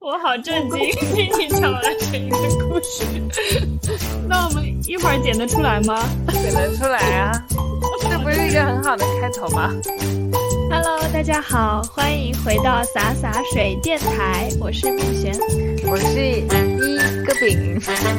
我好震惊，听你讲完这一个故事。那我们一会儿剪得出来吗？ 剪得出来啊，这不是一个很好的开头吗？ Hello， 大家好，欢迎回到洒洒水电台，我是蜜璇， 我是一个饼。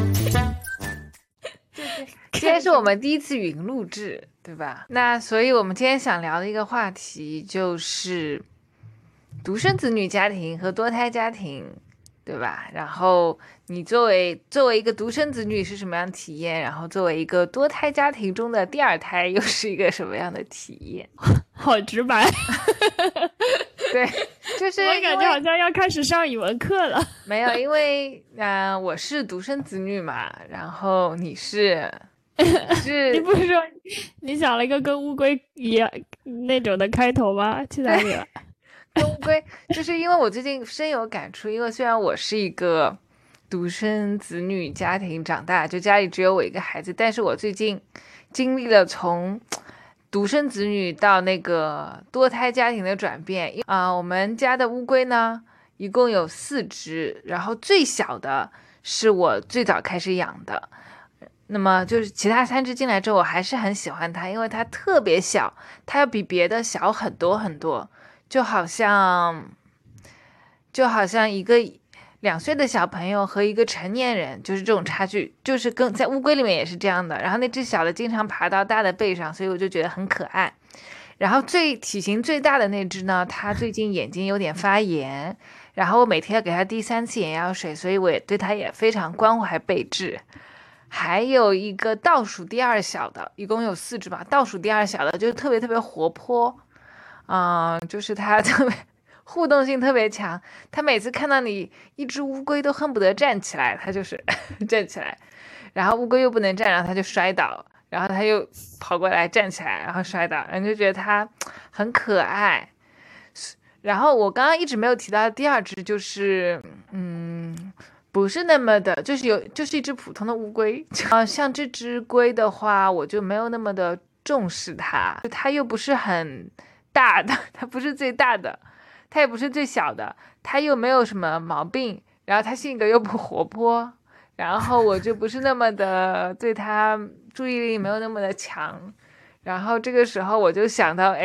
今天是我们第一次语音录制，对吧？那所以我们今天想聊的一个话题就是独生子女家庭和多胎家庭，对吧？然后你作为一个独生子女是什么样的体验？然后作为一个多胎家庭中的第二胎又是一个什么样的体验？ 好直白。 对，就是我感觉好像要开始上语文课了。 没有，因为我是独生子女嘛，然后你是你不是说你想了一个跟乌龟一样那种的开头吗？去哪里了？ 跟乌龟，就是因为我最近深有感触，因为虽然我是一个独生子女家庭长大，就家里只有我一个孩子，但是我最近经历了从独生子女到那个多胎家庭的转变我们家的乌龟呢一共有4只，然后最小的是我最早开始养的，那么就是其他3只进来之后我还是很喜欢它，因为它特别小，它要比别的小很多很多，就好像一个2岁的小朋友和一个成年人，就是这种差距，就是跟在乌龟里面也是这样的。然后那只小的经常爬到大的背上，所以我就觉得很可爱。然后体型最大的那只呢，它最近眼睛有点发炎，然后我每天要给它滴3次眼药水，所以我也对它也非常关怀备至。还有一个倒数第2小的，一共有4只吧，倒数第2小的就是特别特别活泼，就是它特别互动性特别强，他每次看到你一只乌龟都恨不得站起来，他就是站起来，然后乌龟又不能站，然后他就摔倒，然后他又跑过来站起来，然后摔倒，然后就觉得他很可爱。然后我刚刚一直没有提到的第2只就是不是那么的，就是一只普通的乌龟像这只龟的话我就没有那么的重视它又不是很大的，它不是最大的，它也不是最小的，它又没有什么毛病，然后它性格又不活泼，然后我就不是那么的对它注意力没有那么的强，然后这个时候我就想到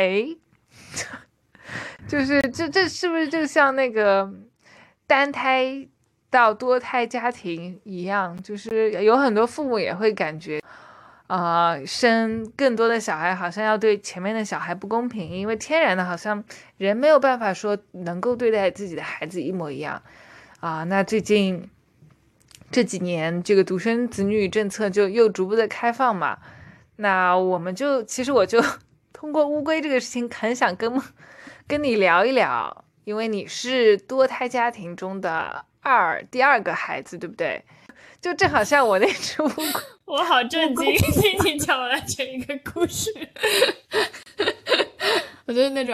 就是这是不是就像那个单胎到多胎家庭一样，就是有很多父母也会感觉生更多的小孩好像要对前面的小孩不公平，因为天然的好像人没有办法说能够对待自己的孩子一模一样那最近这几年这个独生子女政策就又逐步的开放嘛，那其实我就通过乌龟这个事情很想跟你聊一聊，因为你是多胎家庭中的第二个孩子，对不对？就正好像我那只乌龟。 我好震惊，听你讲完这一个故事。我就是那种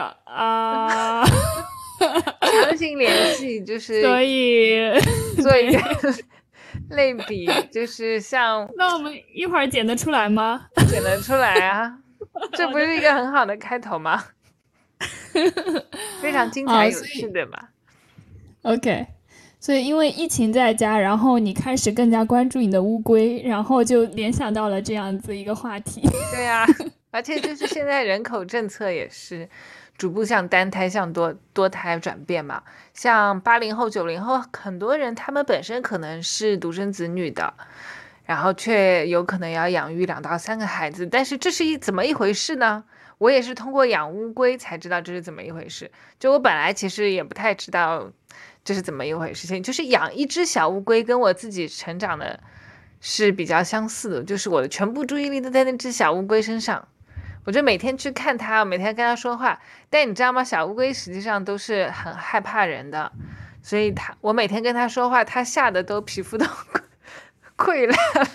强行联系，就是所以做一个类比，就是像那我们一会儿剪得出来吗？ 剪得出来啊，这不是一个很好的开头吗？非常精彩有趣，对吧 ？OK。所以因为疫情在家，然后你开始更加关注你的乌龟，然后就联想到了这样子一个话题。 对啊，而且就是现在人口政策也是逐步向单胎向多胎转变嘛，像80后90后很多人他们本身可能是独生子女的，然后却有可能要养育2到3个孩子，但是这是怎么一回事呢？我也是通过养乌龟才知道这是怎么一回事，就我本来其实也不太知道这是怎么一回事情，就是养一只小乌龟跟我自己成长的是比较相似的，就是我的全部注意力都在那只小乌龟身上，我就每天去看它，每天跟它说话，但你知道吗，小乌龟实际上都是很害怕人的，所以我每天跟它说话，它吓得都皮肤都溃烂了。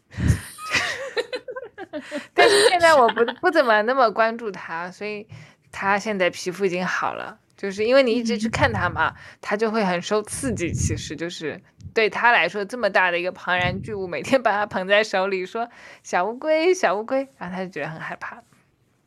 但是现在我不怎么那么关注它，所以它现在皮肤已经好了，就是因为你一直去看它嘛，它就会很受刺激，其实就是对它来说这么大的一个庞然巨物，每天把它捧在手里说小乌龟小乌龟，然后它就觉得很害怕。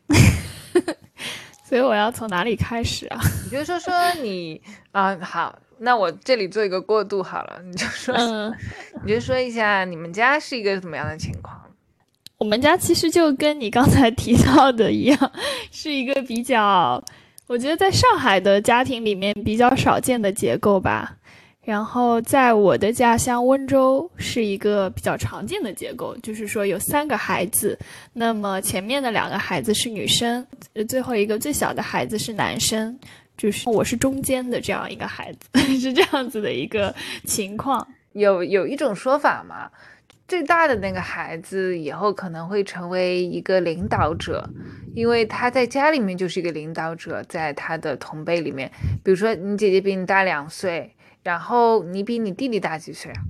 所以我要从哪里开始啊？ 你就说你好， 那我这里做一个过渡好了，你就说一下你们家是一个怎么样的情况？ 我们家其实就跟你刚才提到的一样，是一个比较，我觉得在上海的家庭里面比较少见的结构吧。然后在我的家乡温州是一个比较常见的结构，就是说有3个孩子，那么前面的2个孩子是女生，最后一个最小的孩子是男生，就是我是中间的这样一个孩子，是这样子的一个情况。 有一种说法嘛，最大的那个孩子以后可能会成为一个领导者，因为他在家里面就是一个领导者，在他的同辈里面，比如说你姐姐比你大2岁，然后你比你弟弟大几岁啊？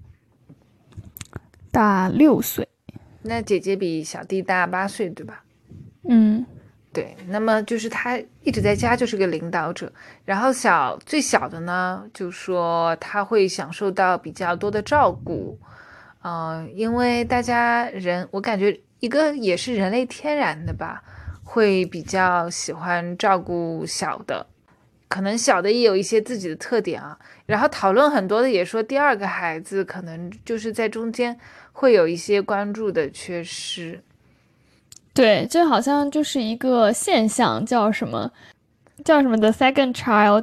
大6岁。 那姐姐比小弟大8岁，对吧？ 嗯， 对，那么就是他一直在家就是个领导者，然后最小的呢，就说他会享受到比较多的照顾，因为大家我感觉一个也是人类天然的吧，会比较喜欢照顾小的，可能小的也有一些自己的特点啊。然后讨论很多的也说，第2个孩子可能就是在中间会有一些关注的缺失。 对，这好像就是一个现象，叫什么 the second child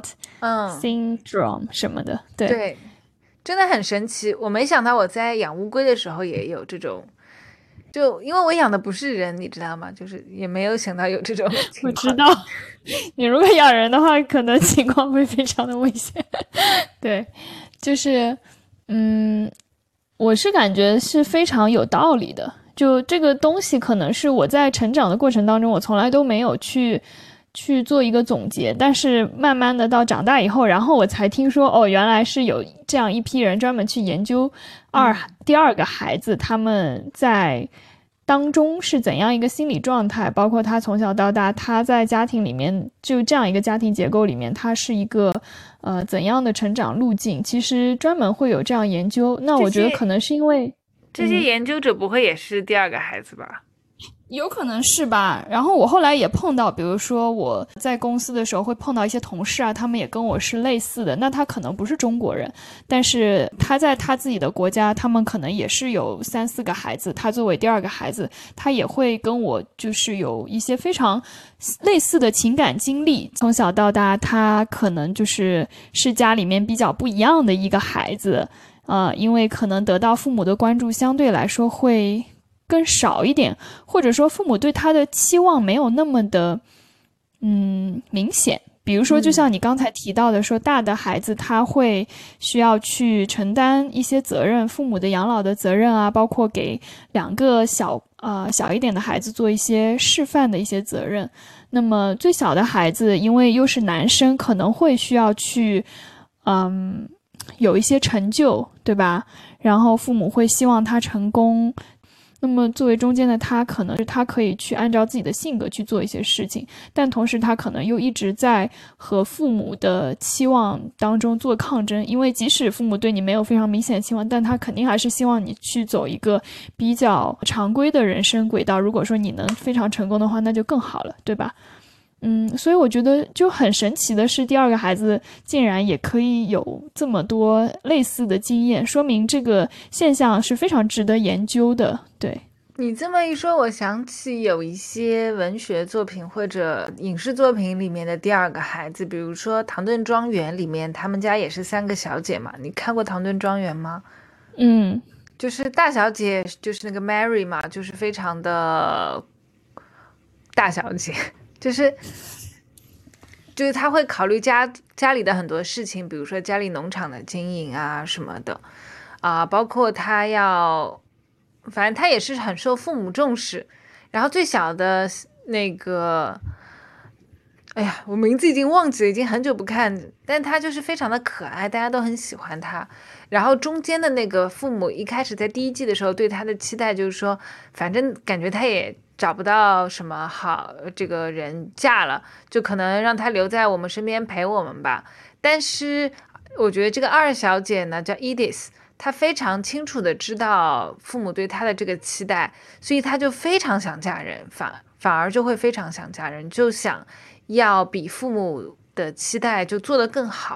syndrome 什么的。 对，真的很神奇。我没想到我在养乌龟的时候也有这种，就因为我养的不是人，你知道吗？就是也没有想到有这种情况。 我知道，你如果养人的话，可能情况会非常的危险。对，就是我是感觉是非常有道理的。就这个东西，可能是我在成长的过程当中，我从来都没有去做一个总结，但是慢慢的到长大以后，然后我才听说，哦，原来是有这样一批人专门去研究第2个孩子他们在当中是怎样一个心理状态，包括他从小到大，他在家庭里面就这样一个家庭结构里面，他是一个怎样的成长路径，其实专门会有这样研究。那我觉得可能是因为这些研究者不会也是第2个孩子吧？ 有可能是吧。然后我后来也碰到，比如说我在公司的时候会碰到一些同事啊，他们也跟我是类似的。那他可能不是中国人，但是他在他自己的国家，他们可能也是有3、4个孩子。他作为第2个孩子，他也会跟我就是有一些非常类似的情感经历。从小到大，他可能是家里面比较不一样的一个孩子。因为可能得到父母的关注相对来说会更少一点，或者说父母对他的期望没有那么的明显。比如说就像你刚才提到的说，大的孩子他会需要去承担一些责任，父母的养老的责任啊，包括给2个小一点的孩子做一些示范的一些责任。那么最小的孩子因为又是男生，可能会需要去有一些成就，对吧？然后父母会希望他成功。那么作为中间的他，可能是他可以去按照自己的性格去做一些事情，但同时他可能又一直在和父母的期望当中做抗争，因为即使父母对你没有非常明显的期望，但他肯定还是希望你去走一个比较常规的人生轨道。如果说你能非常成功的话，那就更好了，对吧？所以我觉得就很神奇的是，第2个孩子竟然也可以有这么多类似的经验，说明这个现象是非常值得研究的。对， 你这么一说，我想起有一些文学作品或者影视作品里面的第2个孩子，比如说《唐顿庄园》里面，他们家也是3个小姐嘛。你看过《唐顿庄园》吗？就是大小姐，就是那个 Mary 嘛，就是非常的大小姐。就是他会考虑家里的很多事情，比如说家里农场的经营啊什么的包括反正他也是很受父母重视。然后最小的那个，哎呀，我名字已经忘记了，已经很久不看，但他就是非常的可爱，大家都很喜欢他。然后中间的那个父母一开始在第1季的时候对他的期待就是说，反正感觉他也找不到什么好这个人嫁了，就可能让他留在我们身边陪我们吧。但是我觉得这个2小姐呢叫 Edith， 她非常清楚的知道父母对她的这个期待，所以她就非常想嫁人，反而就会非常想嫁人，就想要比父母的期待就做得更好。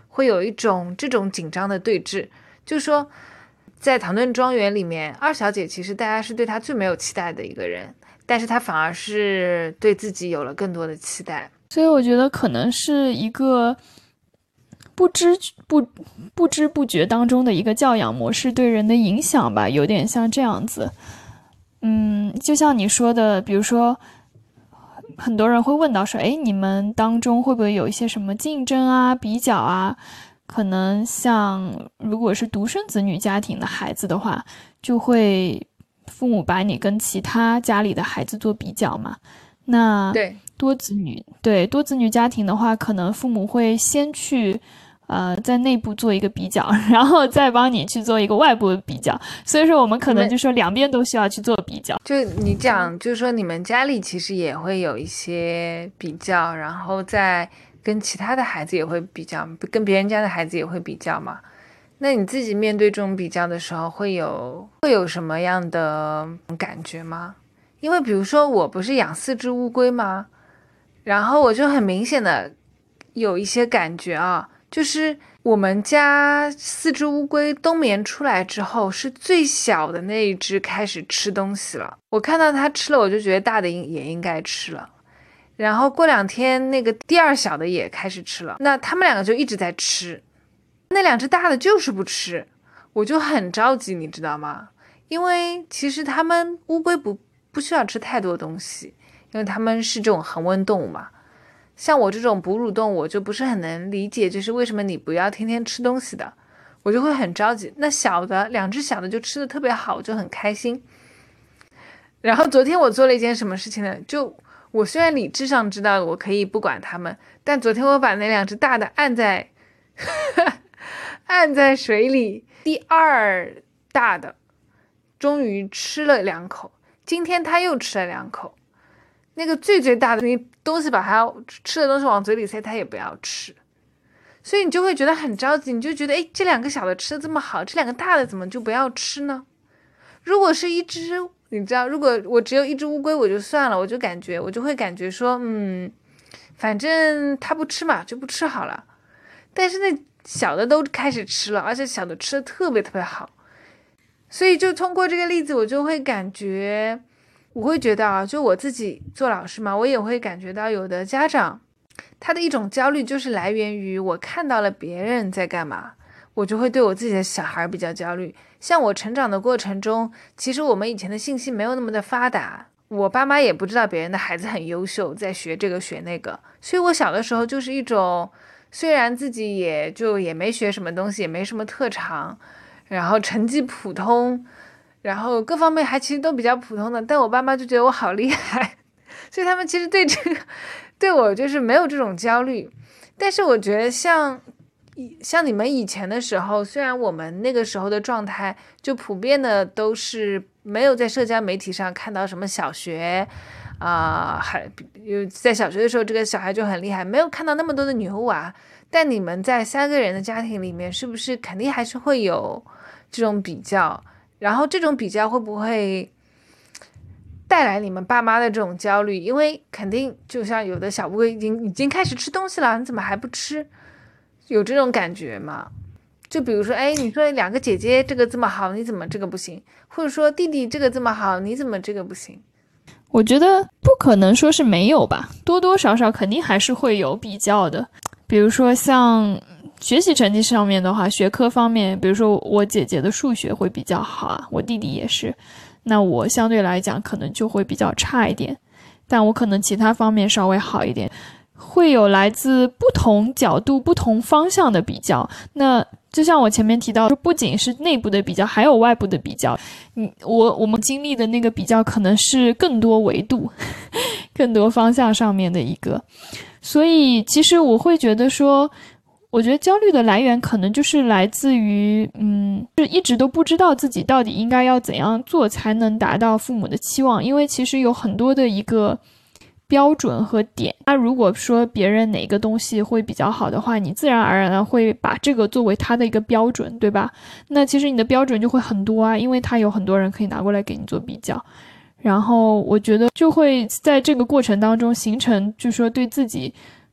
会有一种这种紧张的对峙，就是说在唐顿庄园里面，二小姐其实大家是对她最没有期待的一个人，但是她反而是对自己有了更多的期待。 所以我觉得可能是一个不知不觉当中的一个教养模式对人的影响吧，有点像这样子。就像你说的，比如说很多人会问到说，你们当中会不会有一些什么竞争啊、比较啊？可能像如果是独生子女家庭的孩子的话，就会父母把你跟其他家里的孩子做比较嘛。那对多子女家庭的话，可能父母会先去在内部做一个比较，然后再帮你去做一个外部的比较。所以说我们可能就说两边都需要去做比较。 就你讲，就是说你们家里其实也会有一些比较，然后在跟其他的孩子也会比较，跟别人家的孩子也会比较嘛。那你自己面对这种比较的时候，会有什么样的感觉吗？因为比如说我不是养4只乌龟吗？然后我就很明显的有一些感觉啊，就是我们家4只乌龟冬眠出来之后，是最小的那一只开始吃东西了。我看到它吃了，我就觉得大的也应该吃了。然后过2天，那个第2小的也开始吃了。那他们2个就一直在吃，那2只大的就是不吃，我就很着急，你知道吗？因为其实他们乌龟不需要吃太多东西，因为他们是这种恒温动物嘛。像我这种哺乳动物，我就不是很能理解，就是为什么你不要天天吃东西的，我就会很着急。那2只小的就吃的特别好，我就很开心。然后昨天我做了一件什么事情呢？就我虽然理智上知道我可以不管它们，但昨天我把那2只大的按在水里，第2大的终于吃了2口，今天他又吃了2口。那个最大的，你东西把它吃的东西往嘴里塞，它也不要吃，所以你就会觉得很着急，你就觉得这2个小的吃的这么好，这2个大的怎么就不要吃呢？如果是一只，你知道，如果我只有1只乌龟我就算了，我就会感觉说，反正它不吃嘛，就不吃好了。但是那小的都开始吃了，而且小的吃的特别特别好，所以就通过这个例子，我会觉得啊，就我自己做老师嘛，我也会感觉到有的家长他的一种焦虑就是来源于我看到了别人在干嘛，我就会对我自己的小孩比较焦虑。像我成长的过程中，其实我们以前的信息没有那么的发达，我爸妈也不知道别人的孩子很优秀，在学这个学那个，所以我小的时候就是一种，虽然自己也没学什么东西，也没什么特长，然后成绩普通，然后各方面还其实都比较普通的，但我爸妈就觉得我好厉害，所以他们其实对我就是没有这种焦虑。但是我觉得像你们以前的时候，虽然我们那个时候的状态就普遍的都是没有在社交媒体上看到什么小学在小学的时候这个小孩就很厉害，没有看到那么多的女娃，但你们在3个人的家庭里面，是不是肯定还是会有这种比较？然后这种比较会不会带来你们爸妈的这种焦虑？因为肯定就像有的小乌龟已经开始吃东西了，你怎么还不吃？有这种感觉吗？就比如说，你说2个姐姐这个这么好，你怎么这个不行？或者说弟弟这个这么好，你怎么这个不行？ 我觉得不可能说是没有吧，多多少少肯定还是会有比较的。比如说像学习成绩上面的话，学科方面，比如说我姐姐的数学会比较好啊，我弟弟也是，那我相对来讲可能就会比较差一点，但我可能其他方面稍微好一点，会有来自不同角度、不同方向的比较。那就像我前面提到，不仅是内部的比较，还有外部的比较。我们经历的那个比较可能是更多维度、更多方向上面的一个。所以其实我会觉得说，我觉得焦虑的来源可能就是来自于，就一直都不知道自己到底应该要怎样做才能达到父母的期望，因为其实有很多的一个标准和点。那如果说别人哪个东西会比较好的话，你自然而然会把这个作为他的一个标准，对吧？那其实你的标准就会很多啊，因为他有很多人可以拿过来给你做比较。然后我觉得就会在这个过程当中形成，就是说对自己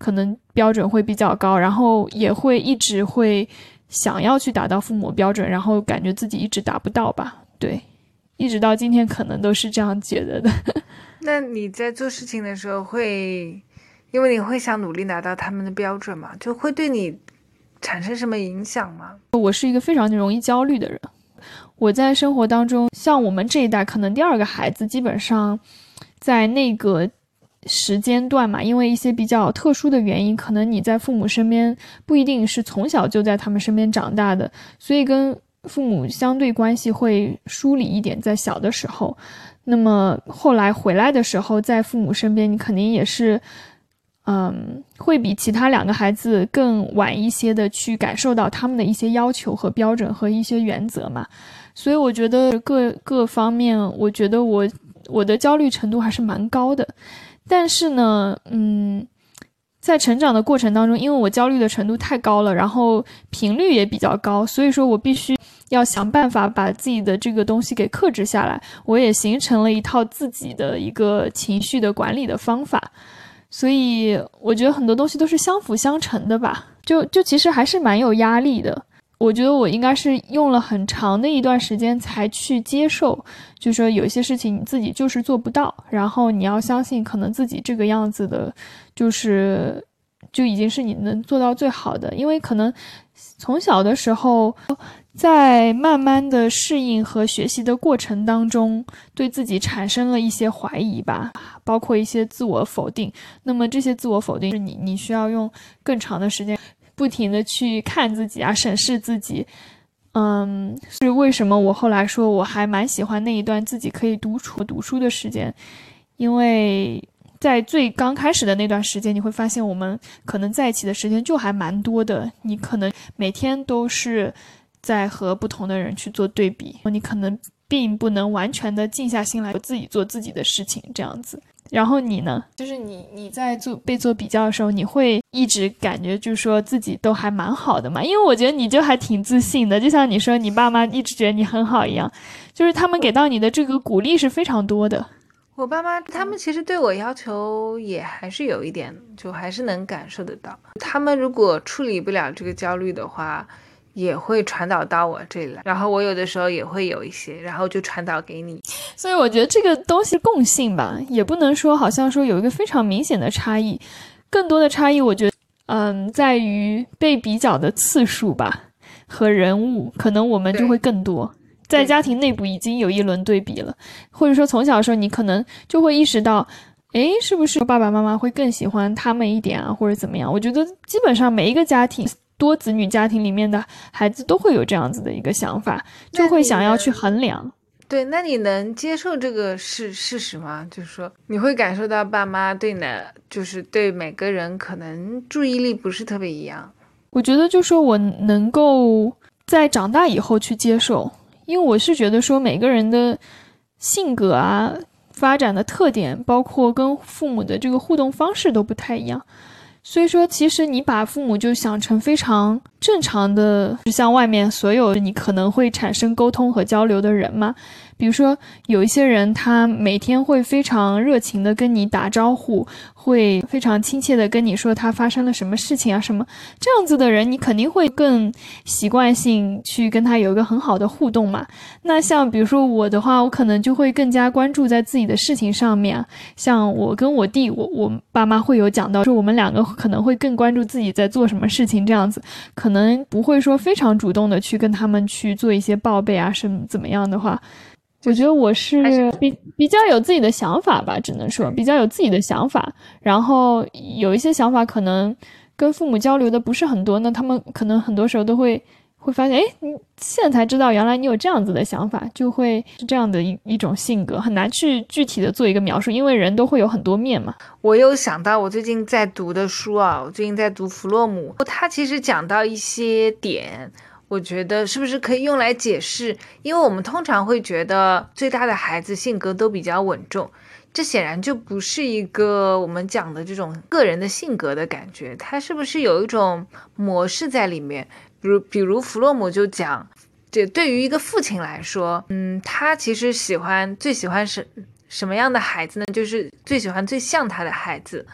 可能标准会比较高，然后也会一直会想要去达到父母标准，然后感觉自己一直达不到吧。对，一直到今天可能都是这样觉得的。 那你在做事情的时候会，因为你会想努力达到他们的标准嘛，就会对你产生什么影响吗？ 我是一个非常容易焦虑的人。我在生活当中，像我们这一代，可能第二个孩子基本上在那个时间段嘛，因为一些比较特殊的原因，可能你在父母身边不一定是从小就在他们身边长大的，所以跟父母相对关系会疏离一点，在小的时候。那么后来回来的时候，在父母身边，你肯定也是会比其他两个孩子更晚一些的去感受到他们的一些要求和标准和一些原则嘛。所以我觉得各方面，我觉得我的焦虑程度还是蛮高的。但是呢，在成长的过程当中，因为我焦虑的程度太高了，然后频率也比较高，所以说我必须要想办法把自己的这个东西给克制下来。我也形成了一套自己的一个情绪的管理的方法。所以我觉得很多东西都是相辅相成的吧，就其实还是蛮有压力的。我觉得我应该是用了很长的一段时间才去接受，就是说有些事情你自己就是做不到，然后你要相信可能自己这个样子的就已经是你能做到最好的。因为可能从小的时候在慢慢的适应和学习的过程当中，对自己产生了一些怀疑吧，包括一些自我否定。那么这些自我否定是你需要用更长的时间不停的去看自己啊，审视自己。是为什么我后来说我还蛮喜欢那一段自己可以独处读书的时间。因为在最刚开始的那段时间，你会发现我们可能在一起的时间就还蛮多的，你可能每天都是在和不同的人去做对比，你可能并不能完全的静下心来自己做自己的事情这样子。然后你呢，就是你在被做比较的时候，你会一直感觉就是说自己都还蛮好的嘛？因为我觉得你就还挺自信的，就像你说你爸妈一直觉得你很好一样，就是他们给到你的这个鼓励是非常多的。 我爸妈他们其实对我要求也还是有一点，就还是能感受得到。他们如果处理不了这个焦虑的话，也会传导到我这里来，然后我有的时候也会有一些，然后就传导给你。 所以我觉得这个东西共性吧，也不能说好像说有一个非常明显的差异，更多的差异我觉得在于被比较的次数吧，和人物可能我们就会更多。在家庭内部已经有一轮对比了，或者说从小的时候你可能就会意识到，是不是爸爸妈妈会更喜欢他们一点啊，或者怎么样。我觉得基本上每一个家庭多子女家庭里面的孩子都会有这样子的一个想法，就会想要去衡量。 对，那你能接受这个事实吗？就是说你会感受到爸妈对呢，就是对每个人可能注意力不是特别一样。 我觉得就说我能够在长大以后去接受，因为我是觉得说每个人的性格啊、发展的特点，包括跟父母的这个互动方式都不太一样。所以说其实你把父母就想成非常正常的，像外面所有你可能会产生沟通和交流的人嘛。比如说有一些人他每天会非常热情的跟你打招呼，会非常亲切的跟你说他发生了什么事情啊什么，这样子的人你肯定会更习惯性去跟他有一个很好的互动嘛。那像比如说我的话，我可能就会更加关注在自己的事情上面。像我跟我弟，我爸妈会有讲到说我们两个可能会更关注自己在做什么事情，这样子可能不会说非常主动的去跟他们去做一些报备啊什么怎么样的话。我觉得我是比较有自己的想法吧，只能说比较有自己的想法，然后有一些想法可能跟父母交流的不是很多，那他们可能很多时候都会发现，你现在才知道原来你有这样子的想法，就会是这样的一种性格，很难去具体的做一个描述，因为人都会有很多面嘛。 我有想到我最近在读的书啊，我最近在读弗洛姆，他其实讲到一些点，我觉得是不是可以用来解释，因为我们通常会觉得最大的孩子性格都比较稳重，这显然就不是一个我们讲的这种个人的性格的感觉，它是不是有一种模式在里面？比如弗洛姆就讲，这对于一个父亲来说，他其实最喜欢什么样的孩子呢？就是最喜欢最像他的孩子。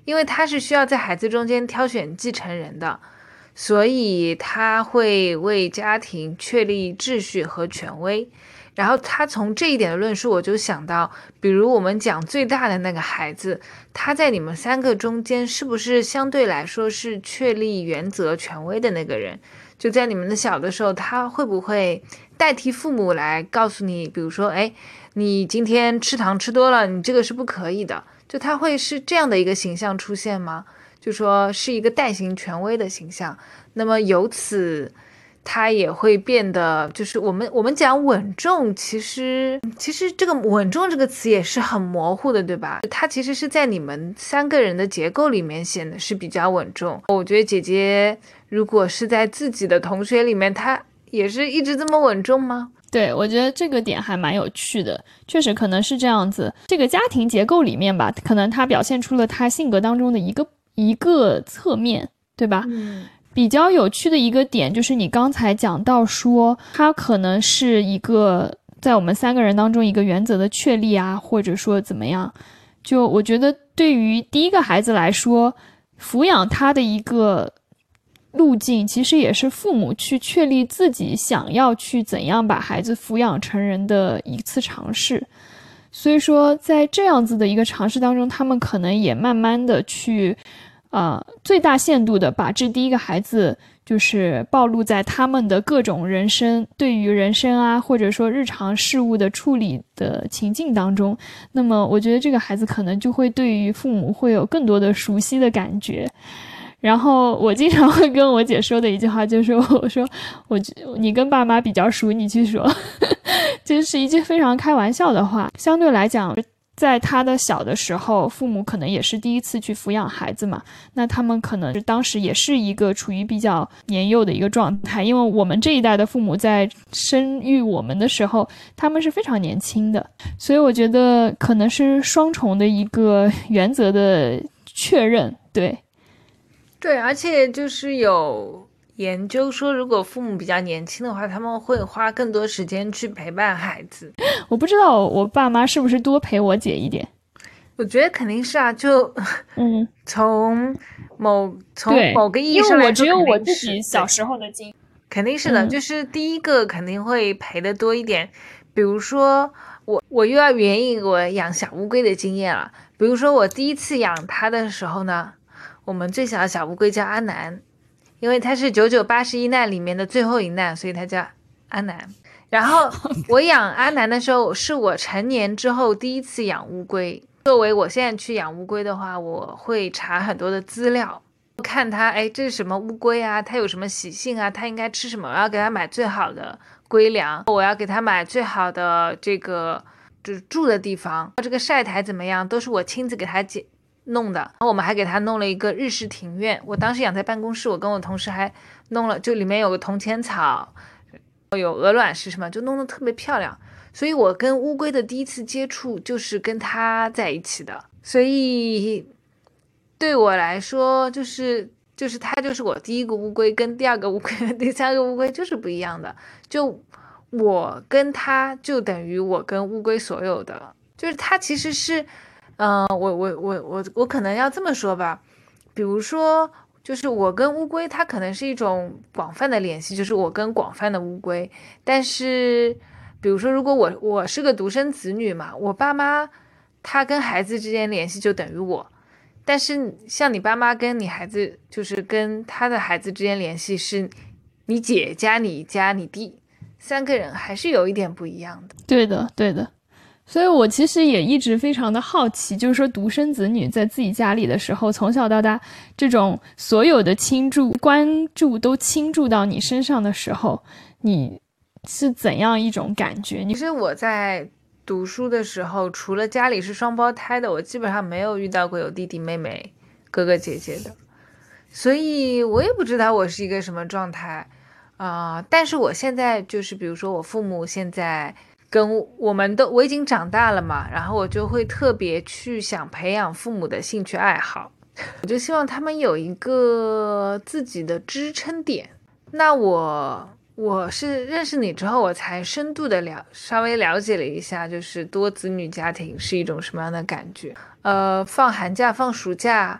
因为他是需要在孩子中间挑选继承人的，所以他会为家庭确立秩序和权威。然后他从这一点的论述，我就想到，比如我们讲最大的那个孩子，他在你们三个中间是不是相对来说是确立原则权威的那个人？就在你们的小的时候，他会不会代替父母来告诉你，比如说，哎，你今天吃糖吃多了，你这个是不可以的。就他会是这样的一个形象出现吗？就说是一个代行权威的形象。那么由此他也会变得，就是我们讲稳重，其实这个稳重这个词也是很模糊的，对吧？它其实是在你们三个人的结构里面显得是比较稳重。我觉得姐姐如果是在自己的同学里面，她也是一直这么稳重吗？ 对，我觉得这个点还蛮有趣的，确实可能是这样子。这个家庭结构里面吧，可能他表现出了他性格当中的一个侧面，对吧？比较有趣的一个点就是你刚才讲到说，他可能是一个在我们三个人当中一个原则的确立啊，或者说怎么样。就我觉得对于第一个孩子来说，抚养他的一个路径其实也是父母去确立自己想要去怎样把孩子抚养成人的一次尝试。所以说在这样子的一个尝试当中，他们可能也慢慢的去最大限度的把这第一个孩子就是暴露在他们的各种人生，对于人生啊，或者说日常事物的处理的情境当中。那么我觉得这个孩子可能就会对于父母会有更多的熟悉的感觉。然后我经常会跟我姐说的一句话就是我说你跟爸妈比较熟，你去说就是一句非常开玩笑的话。相对来讲，在他的小的时候，父母可能也是第一次去抚养孩子嘛，那他们可能当时也是一个处于比较年幼的一个状态，因为我们这一代的父母在生育我们的时候，他们是非常年轻的，所以我觉得可能是双重的一个原则的确认。 对，而且就是有研究说，如果父母比较年轻的话，他们会花更多时间去陪伴孩子。 我不知道我爸妈是不是多陪我姐一点， 我觉得肯定是啊，就从某个意义上来说， 因为我只有我自己小时候的经历， 肯定是的，就是第一个肯定会陪的多一点。比如说我又要援引我养小乌龟的经验了。比如说我第一次养它的时候呢，我们最小的小乌龟叫阿南，因为它是9981难里面的最后一难，所以它叫阿南。然后我养阿南的时候，是我成年之后第一次养乌龟。作为我现在去养乌龟的话，我会查很多的资料，看它，哎，这是什么乌龟啊？它有什么习性啊？它应该吃什么？我要给它买最好的龟粮，我要给它买最好的这个就是住的地方，这个晒台怎么样，都是我亲自给它弄的。然后我们还给它弄了一个日式庭院，我当时养在办公室，我跟我同事还弄了，就里面有个铜钱草，有鹅卵石什么，就弄得特别漂亮。所以我跟乌龟的第一次接触就是跟它在一起的，所以对我来说就是它就是我第一个乌龟，跟第二个乌龟第三个乌龟就是不一样的。就我跟它就等于我跟乌龟所有的，就是它其实是我可能要这么说吧，比如说就是我跟乌龟它可能是一种广泛的联系，就是我跟广泛的乌龟。但是比如说如果我是个独生子女嘛，我爸妈他跟孩子之间联系就等于我，但是像你爸妈跟你孩子，就是跟他的孩子之间联系是你姐加你加你弟，三个人还是有一点不一样的。 对的。所以我其实也一直非常的好奇，就是说独生子女在自己家里的时候，从小到大这种所有的关注都倾注到你身上的时候，你是怎样一种感觉？ 其实我在读书的时候，除了家里是双胞胎的，我基本上没有遇到过有弟弟妹妹哥哥姐姐的，所以我也不知道我是一个什么状态但是我现在就是比如说我父母现在跟我已经长大了嘛，然后我就会特别去想培养父母的兴趣爱好，我就希望他们有一个自己的支撑点。那我是认识你之后，我才深度的稍微了解了一下，就是多子女家庭是一种什么样的感觉。放寒假放暑假，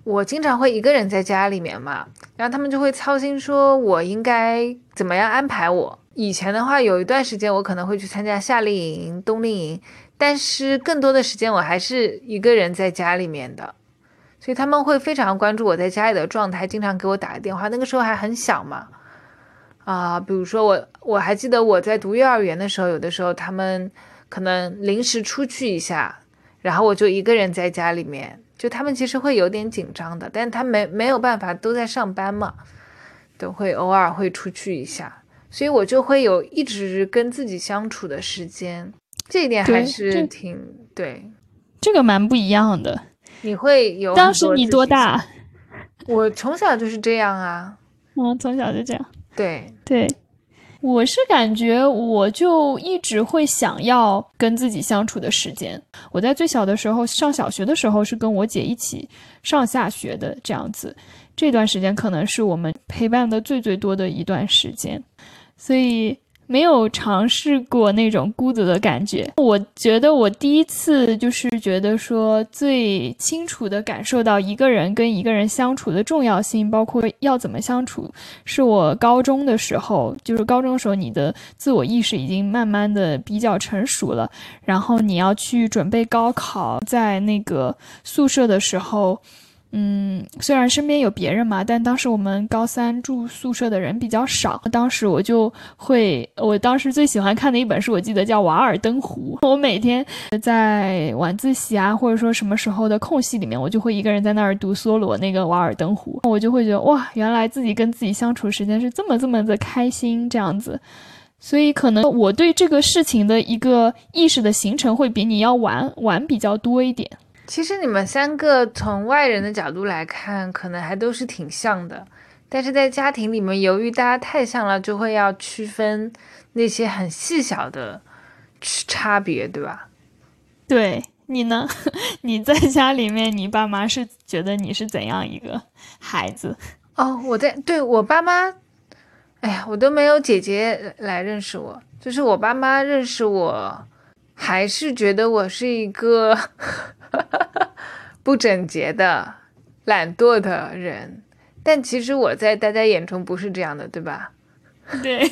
我经常会一个人在家里面嘛，然后他们就会操心说我应该怎么样安排我。以前的话，有一段时间我可能会去参加夏令营、冬令营，但是更多的时间我还是一个人在家里面的，所以他们会非常关注我在家里的状态，经常给我打个电话。那个时候还很小嘛，比如说我还记得我在读幼儿园的时候，有的时候他们可能临时出去一下，然后我就一个人在家里面，就他们其实会有点紧张的，但他没有办法，都在上班嘛，都会偶尔会出去一下，所以我就会有一直跟自己相处的时间，这一点还是挺对。 这个蛮不一样的。 你会有当时你多大？ 我从小就是这样啊。 从小就这样。 对， 我是感觉我就一直会想要跟自己相处的时间。我在最小的时候上小学的时候是跟我姐一起上下学的这样子，这段时间可能是我们陪伴的最多的一段时间，所以没有尝试过那种孤独的感觉。我觉得我第一次就是觉得说最清楚地感受到一个人跟一个人相处的重要性，包括要怎么相处，是我高中的时候。就是高中的时候，你的自我意识已经慢慢的比较成熟了，然后你要去准备高考，在那个宿舍的时候，虽然身边有别人嘛，但当时我们高三住宿舍的人比较少。当时我当时最喜欢看的一本书，我记得叫《瓦尔登湖》。我每天在晚自习啊，或者说什么时候的空隙里面，我就会一个人在那儿读梭罗那个《瓦尔登湖》，我就会觉得哇，原来自己跟自己相处时间是这么的开心这样子。所以可能我对这个事情的一个意识的形成会比你要晚比较多一点。 其实你们三个从外人的角度来看，可能还都是挺像的，但是在家庭里面，由于大家太像了，就会要区分那些很细小的差别，对吧？ 对，你呢？你在家里面，你爸妈是觉得你是怎样一个孩子？ 对，我爸妈，哎呀，我都没有姐姐来认识我，就是我爸妈认识我，还是觉得我是一个不整洁的、懒惰的人，但其实我在大家眼中不是这样的，对吧？ 对，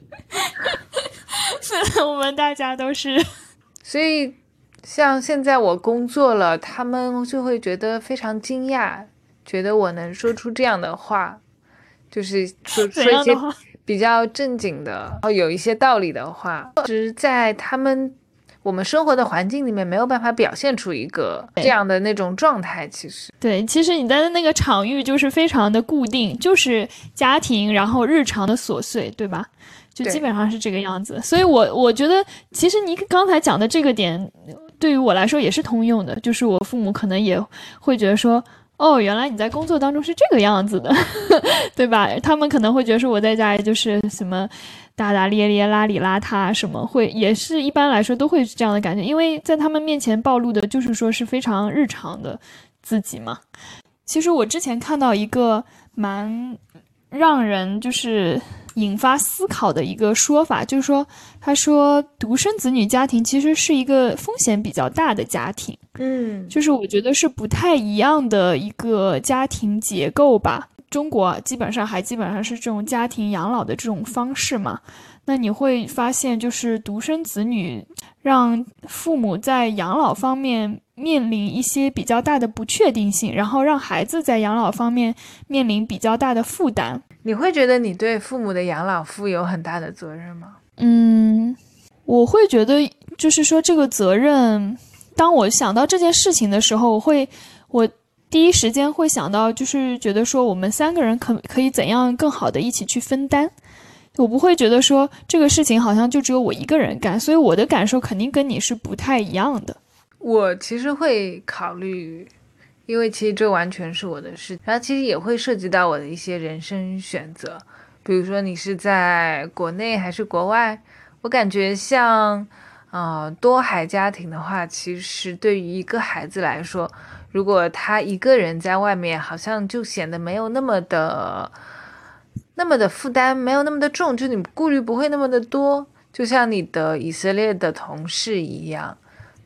我们大家都是。 所以像现在我工作了，他们就会觉得非常惊讶，觉得我能说出这样的话，就是说一些比较正经的，然后有一些道理的话，是在我们生活的环境里面没有办法表现出一个这样的那种状态。其实你的那个场域就是非常的固定，就是家庭，然后日常的琐碎，对吧？就基本上是这个样子。所以我觉得其实你刚才讲的这个点对于我来说也是通用的，就是我父母可能也会觉得说，哦，原来你在工作当中是这个样子的对吧？他们可能会觉得说我在家里就是什么大大咧咧、邋里邋遢什么，也是一般来说都会这样的感觉，因为在他们面前暴露的就是说是非常日常的自己嘛。其实我之前看到一个蛮让人就是引发思考的一个说法，就是说他说独生子女家庭其实是一个风险比较大的家庭，就是我觉得是不太一样的一个家庭结构吧。中国基本上是这种家庭养老的这种方式嘛，那你会发现就是独生子女让父母在养老方面面临一些比较大的不确定性，然后让孩子在养老方面面临比较大的负担。 你会觉得你对父母的养老负有很大的责任吗？ 我会觉得就是说这个责任，当我想到这件事情的时候，我第一时间会想到就是觉得说我们三个人可以怎样更好的一起去分担，我不会觉得说这个事情好像就只有我一个人干，所以我的感受肯定跟你是不太一样的。 我其实会考虑，因为其实这完全是我的事，然后其实也会涉及到我的一些人生选择，比如说你是在国内还是国外。我感觉像多孩家庭的话，其实对于一个孩子来说，如果他一个人在外面，好像就显得没有那么的负担，没有那么的重，就你顾虑不会那么的多，就像你的以色列的同事一样，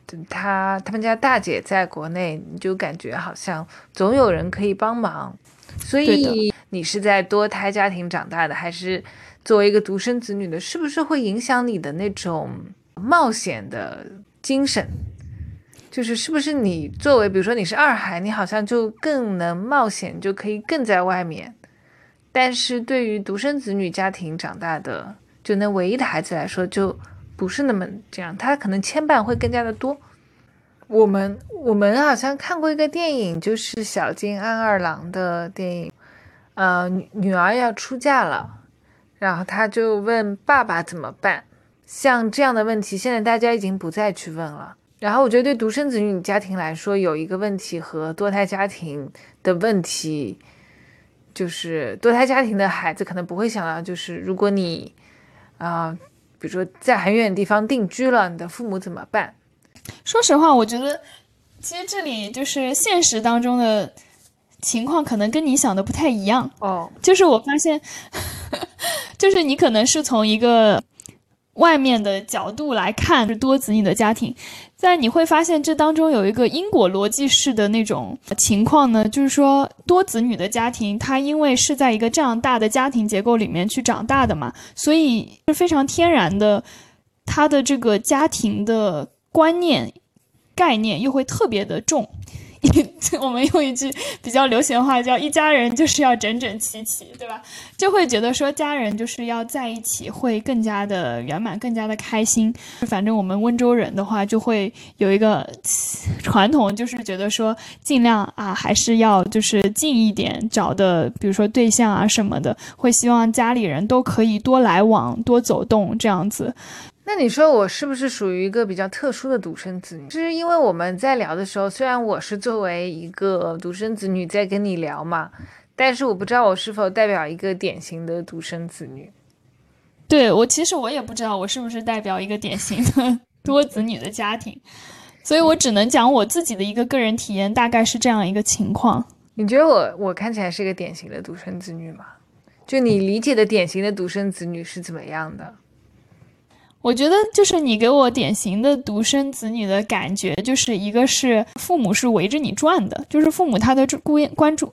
他们家大姐在国内，你就感觉好像总有人可以帮忙。所以你是在多胎家庭长大的，还是作为一个独生子女的，是不是会影响你的那种冒险的精神？就是是不是你作为比如说你是二孩，你好像就更能冒险，就可以更在外面，但是对于独生子女家庭长大的就那唯一的孩子来说，就不是那么这样，他可能牵绊会更加的多。我们好像看过一个电影，就是小津安二郎的电影，女儿要出嫁了，然后他就问爸爸怎么办。像这样的问题，现在大家已经不再去问了。然后我觉得对独生子女家庭来说，有一个问题和多胎家庭的问题，就是多胎家庭的孩子可能不会想到，就是如果你比如说在很远的地方定居了，你的父母怎么办？ 说实话，我觉得其实这里就是现实当中的情况可能跟你想的不太一样。就是我发现就是你可能是从一个外面的角度来看是多子女的家庭，但你会发现这当中有一个因果逻辑式的那种情况呢，就是说多子女的家庭，它因为是在一个这样大的家庭结构里面去长大的嘛，所以是非常天然的，他的这个家庭的观念概念又会特别的重。我们用一句比较流行的话叫一家人就是要整整齐齐，对吧？就会觉得说家人就是要在一起会更加的圆满，更加的开心。反正我们温州人的话就会有一个传统，就是觉得说尽量还是要就是近一点找的，比如说对象啊什么的，会希望家里人都可以多来往多走动这样子。 那你说我是不是属于一个比较特殊的独生子女？是因为我们在聊的时候，虽然我是作为一个独生子女在跟你聊嘛，但是我不知道我是否代表一个典型的独生子女。 对，其实我也不知道我是不是代表一个典型的多子女的家庭，所以我只能讲我自己的一个个人体验，大概是这样一个情况。 你觉得我看起来是一个典型的独生子女吗？就你理解的典型的独生子女是怎么样的？ 我觉得就是你给我典型的独生子女的感觉，就是一个是父母是围着你转的，就是父母他的关注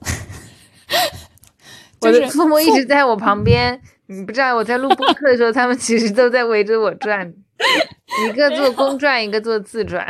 我的父母一直在我旁边，你不知道我在录播课的时候他们其实都在围着我转，一个做公转一个做自转。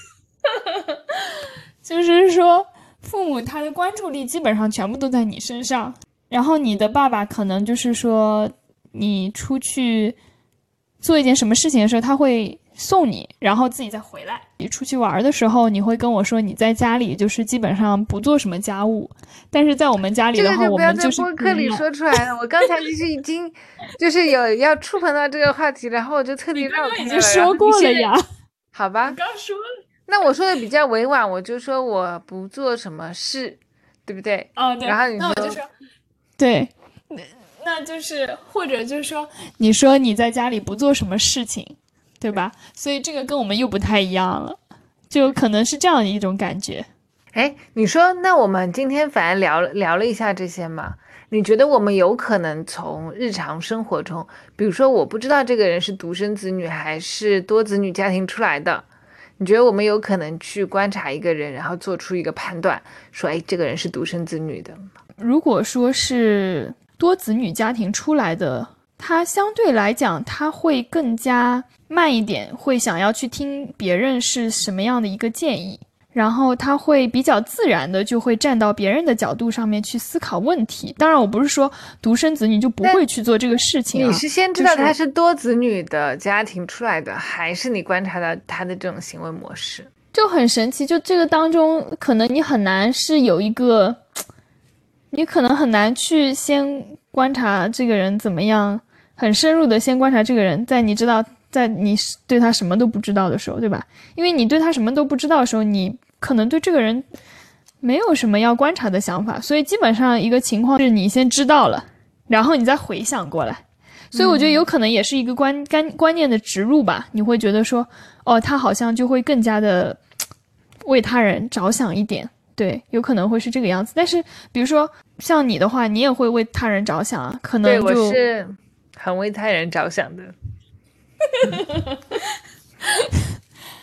就是说父母他的关注力基本上全部都在你身上，然后你的爸爸可能就是说你出去做一件什么事情的时候他会送你，然后自己再回来。你出去玩的时候你会跟我说你在家里就是基本上不做什么家务，但是在我们家里的话，我们就是不要在播客里说出来了。我刚才就是已经就是有要触碰到这个话题，然后我就特地绕开了。 你刚刚已经说过了呀。 好吧， 你刚说了。 那我说的比较委婉，我就说我不做什么事，对不对？ 对。 然后你那我就说对，那就是或者就是说你说你在家里不做什么事情，对吧？所以这个跟我们又不太一样了，就可能是这样的一种感觉。 你说那我们今天反正聊了一下这些嘛，你觉得我们有可能从日常生活中，比如说我不知道这个人是独生子女还是多子女家庭出来的，你觉得我们有可能去观察一个人，然后做出一个判断，说这个人是独生子女的吗？ 如果说是多子女家庭出来的，他相对来讲他会更加慢一点，会想要去听别人是什么样的一个建议，然后他会比较自然的就会站到别人的角度上面去思考问题。当然我不是说独生子女就不会去做这个事情你是先知道他是多子女的家庭出来的，还是你观察到他的这种行为模式？ 就很神奇，就这个当中可能你很难是有一个，你可能很难去先观察这个人怎么样，很深入的先观察这个人，在你对他什么都不知道的时候，对吧？因为你对他什么都不知道的时候，你可能对这个人没有什么要观察的想法，所以基本上一个情况是你先知道了，然后你再回想过来。所以我觉得有可能也是一个观念的植入吧，你会觉得说他好像就会更加的为他人着想一点，对，有可能会是这个样子。但是比如说像你的话，你也会为他人着想啊，可能对，我是很为他人着想的。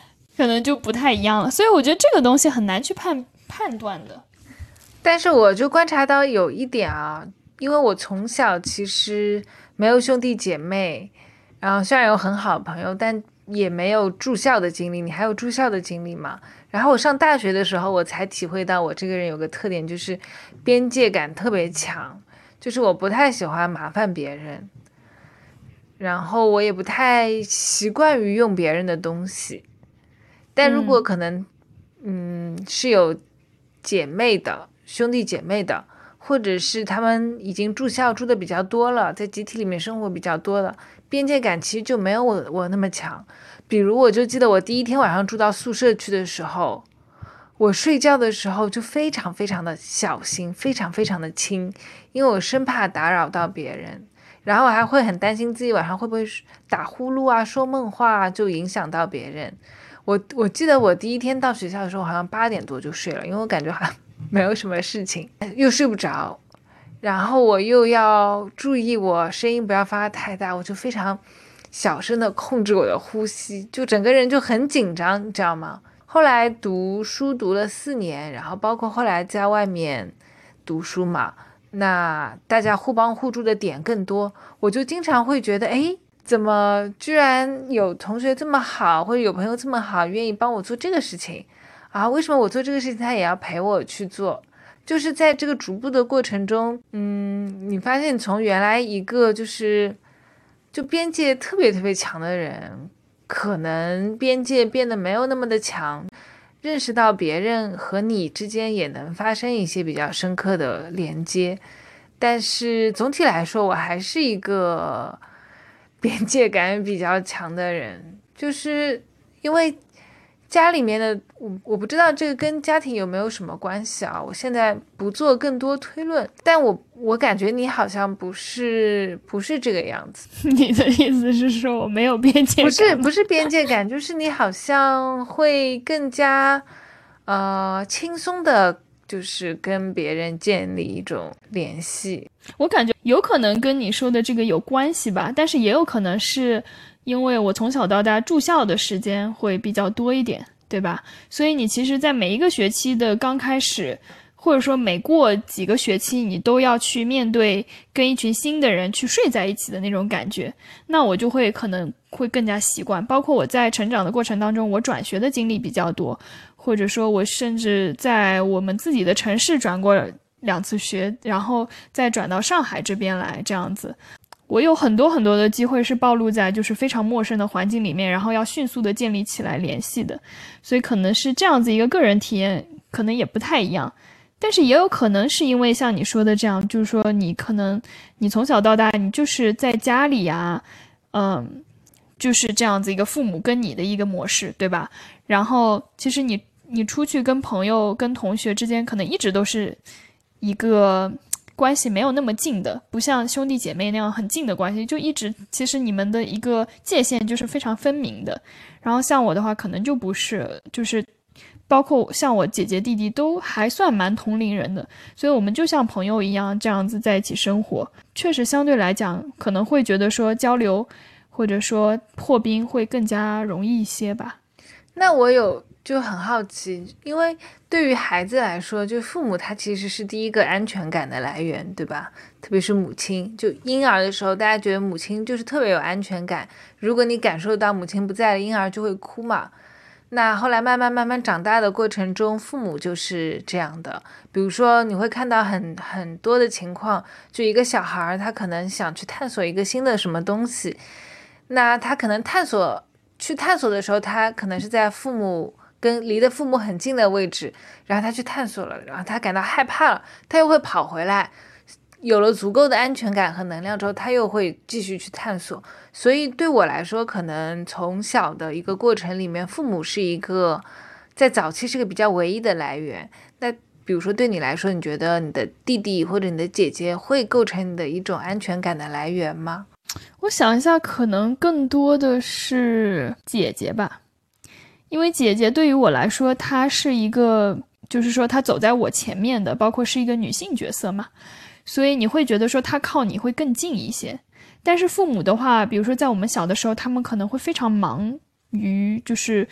可能就不太一样了。所以我觉得这个东西很难去判断的。 但是我就观察到有一点啊，因为我从小其实没有兄弟姐妹，然后虽然有很好的朋友，但也没有住校的经历。你还有住校的经历吗？然后我上大学的时候，我才体会到我这个人有个特点，就是边界感特别强，就是我不太喜欢麻烦别人，然后我也不太习惯于用别人的东西。但如果可能，是有姐妹的、兄弟姐妹的，或者是他们已经住校住的比较多了，在集体里面生活比较多了，边界感其实就没有我那么强。比如我就记得我第一天晚上住到宿舍去的时候，我睡觉的时候就非常非常的小心，非常非常的轻，因为我生怕打扰到别人，然后我还会很担心自己晚上会不会打呼噜啊、说梦话啊，就影响到别人。我记得我第一天到学校的时候，好像8点多就睡了，因为我感觉好像没有什么事情，又睡不着，然后我又要注意我声音不要发太大，我就非常小声的控制我的呼吸，就整个人就很紧张，你知道吗？后来读书读了4年，然后包括后来在外面读书嘛，那大家互帮互助的点更多，我就经常会觉得，哎，怎么居然有同学这么好，或者有朋友这么好，愿意帮我做这个事情啊？为什么我做这个事情他也要陪我去做？就是在这个逐步的过程中，你发现从原来一个就边界特别特别强的人，可能边界变得没有那么的强，认识到别人和你之间也能发生一些比较深刻的连接。但是总体来说，我还是一个边界感比较强的人，就是因为家里面的我不知道这个跟家庭有没有什么关系啊，我现在不做更多推论，但我感觉你好像不是这个样子。 你的意思是说我没有边界感？ 不是边界感，就是你好像会更加轻松的，就是跟别人建立一种联系。 我感觉有可能跟你说的这个有关系吧，但是也有可能是因为我从小到大住校的时间会比较多一点，对吧？所以你其实在每一个学期的刚开始，或者说每过几个学期，你都要去面对跟一群新的人去睡在一起的那种感觉，那我就可能会更加习惯。包括我在成长的过程当中，我转学的经历比较多，或者说我甚至在我们自己的城市转过2次学，然后再转到上海这边来，这样子。我有很多很多的机会是暴露在就是非常陌生的环境里面，然后要迅速的建立起来联系的，所以可能是这样子一个个人体验，可能也不太一样。但是也有可能是因为像你说的这样，就是说你可能你从小到大你就是在家里啊，就是这样子一个父母跟你的一个模式，对吧？然后其实你出去跟朋友跟同学之间可能一直都是一个关系没有那么近的，不像兄弟姐妹那样很近的关系，就一直其实你们的一个界限就是非常分明的。然后像我的话可能就不是，就是包括像我姐姐弟弟都还算蛮同龄人的，所以我们就像朋友一样这样子在一起生活，确实相对来讲可能会觉得说交流或者说破冰会更加容易一些吧。 那我就很好奇，因为对于孩子来说，就父母他其实是第一个安全感的来源，对吧？特别是母亲，就婴儿的时候，大家觉得母亲就是特别有安全感。如果你感受到母亲不在了，婴儿就会哭嘛。那后来慢慢长大的过程中，父母就是这样的。比如说，你会看到很多的情况，就一个小孩他可能想去探索一个新的什么东西，那他可能去探索的时候，他可能是在父母跟离的父母很近的位置，然后他去探索了，然后他感到害怕了，他又会跑回来，有了足够的安全感和能量之后，他又会继续去探索。所以对我来说，可能从小的一个过程里面，父母是一个在早期是个比较唯一的来源。那比如说对你来说，你觉得你的弟弟或者你的姐姐会构成你的一种安全感的来源吗？ 我想一下，可能更多的是姐姐吧，因为姐姐对于我来说，她是一个，就是说她走在我前面的，包括是一个女性角色嘛，所以你会觉得说她靠你会更近一些。但是父母的话，比如说在我们小的时候，他们可能会非常忙于就是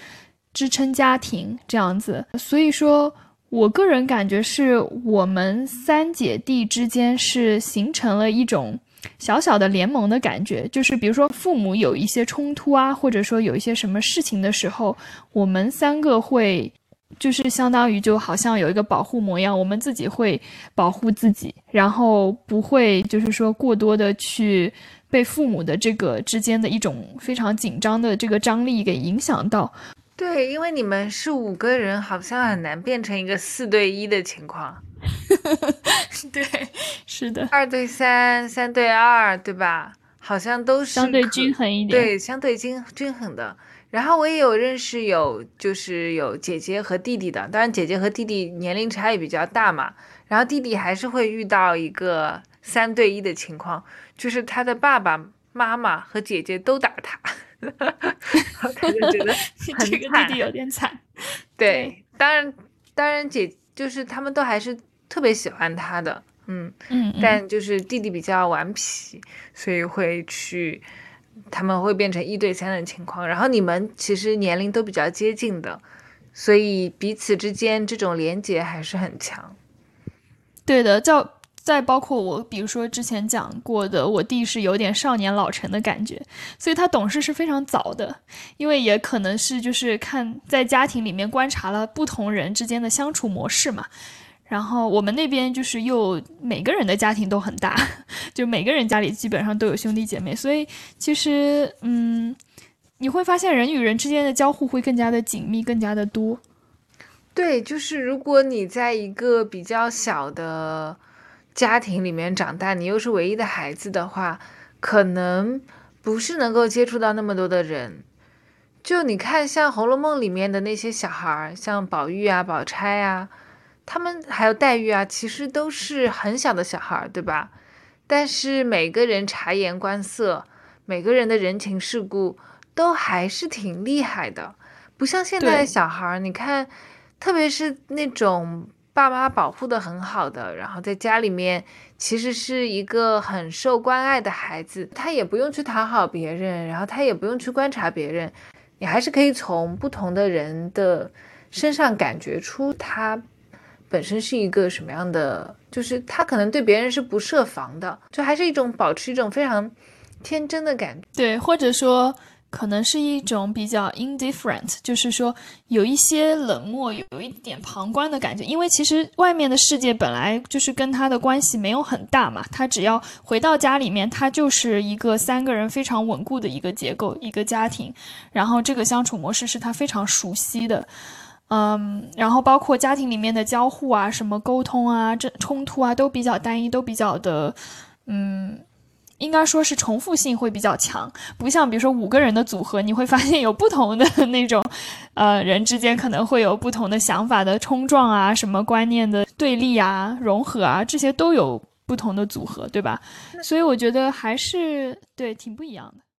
支撑家庭这样子。所以说我个人感觉是我们三姐弟之间是形成了一种小小的联盟的感觉，就是比如说父母有一些冲突啊，或者说有一些什么事情的时候，我们三个会就是相当于就好像有一个保护膜一样，我们自己会保护自己，然后不会就是说过多的去被父母的这个之间的一种非常紧张的这个张力给影响到。 对，因为你们是5个人，好像很难变成一个4对1的情况。 对，是的 ，2对3、3对2，对吧？好像都是相对均衡一点。 对，相对均衡的。然后我也有认识就是有姐姐和弟弟的，当然姐姐和弟弟年龄差异比较大嘛，然后弟弟还是会遇到一个3对1的情况，就是他的爸爸妈妈和姐姐都打他。他就觉得很这个弟弟有点惨。 对，当然就是他们都还是特别喜欢他的，但就是弟弟比较顽皮，所以他们会变成1对3的情况。然后你们其实年龄都比较接近的，所以彼此之间这种连结还是很强。 对的，再包括我比如说之前讲过的，我弟是有点少年老成的感觉，所以他懂事是非常早的，因为也可能是就是看在家庭里面观察了不同人之间的相处模式嘛。然后我们那边就是又每个人的家庭都很大，就每个人家里基本上都有兄弟姐妹，所以其实你会发现人与人之间的交互会更加的紧密，更加的多。 对，就是如果你在一个比较小的家庭里面长大，你又是唯一的孩子的话，可能不是能够接触到那么多的人。就你看像《红楼梦》里面的那些小孩，像宝玉啊、宝钗啊，他们还有黛玉啊，其实都是很小的小孩，对吧？但是每个人察言观色，每个人的人情世故都还是挺厉害的，不像现在的小孩，你看特别是那种爸妈保护的很好的，然后在家里面其实是一个很受关爱的孩子，他也不用去讨好别人，然后他也不用去观察别人，你还是可以从不同的人的身上感觉出他本身是一个什么样的，就是他可能对别人是不设防的，就还是保持一种非常天真的感觉。 对，或者说可能是一种比较 indifferent， 就是说有一些冷漠，有一点旁观的感觉，因为其实外面的世界本来就是跟他的关系没有很大嘛，他只要回到家里面，他就是一个3个人非常稳固的一个结构，一个家庭，然后这个相处模式是他非常熟悉的。然后包括家庭里面的交互啊，什么沟通啊、这冲突啊，都比较单一，都比较的应该说是重复性会比较强，不像比如说5个人的组合，你会发现有不同的那种人之间可能会有不同的想法的冲撞啊，什么观念的对立啊、融合啊，这些都有不同的组合，对吧？所以我觉得还是对挺不一样的。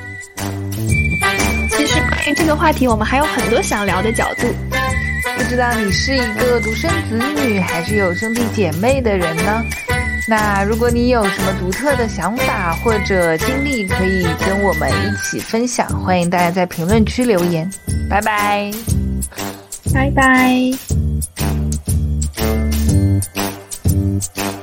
其实关于这个话题，我们还有很多想聊的角度。 不知道你是一个独生子女还是有兄弟姐妹的人呢？那如果你有什么独特的想法或者经历，可以跟我们一起分享，欢迎大家在评论区留言。拜拜， 拜拜。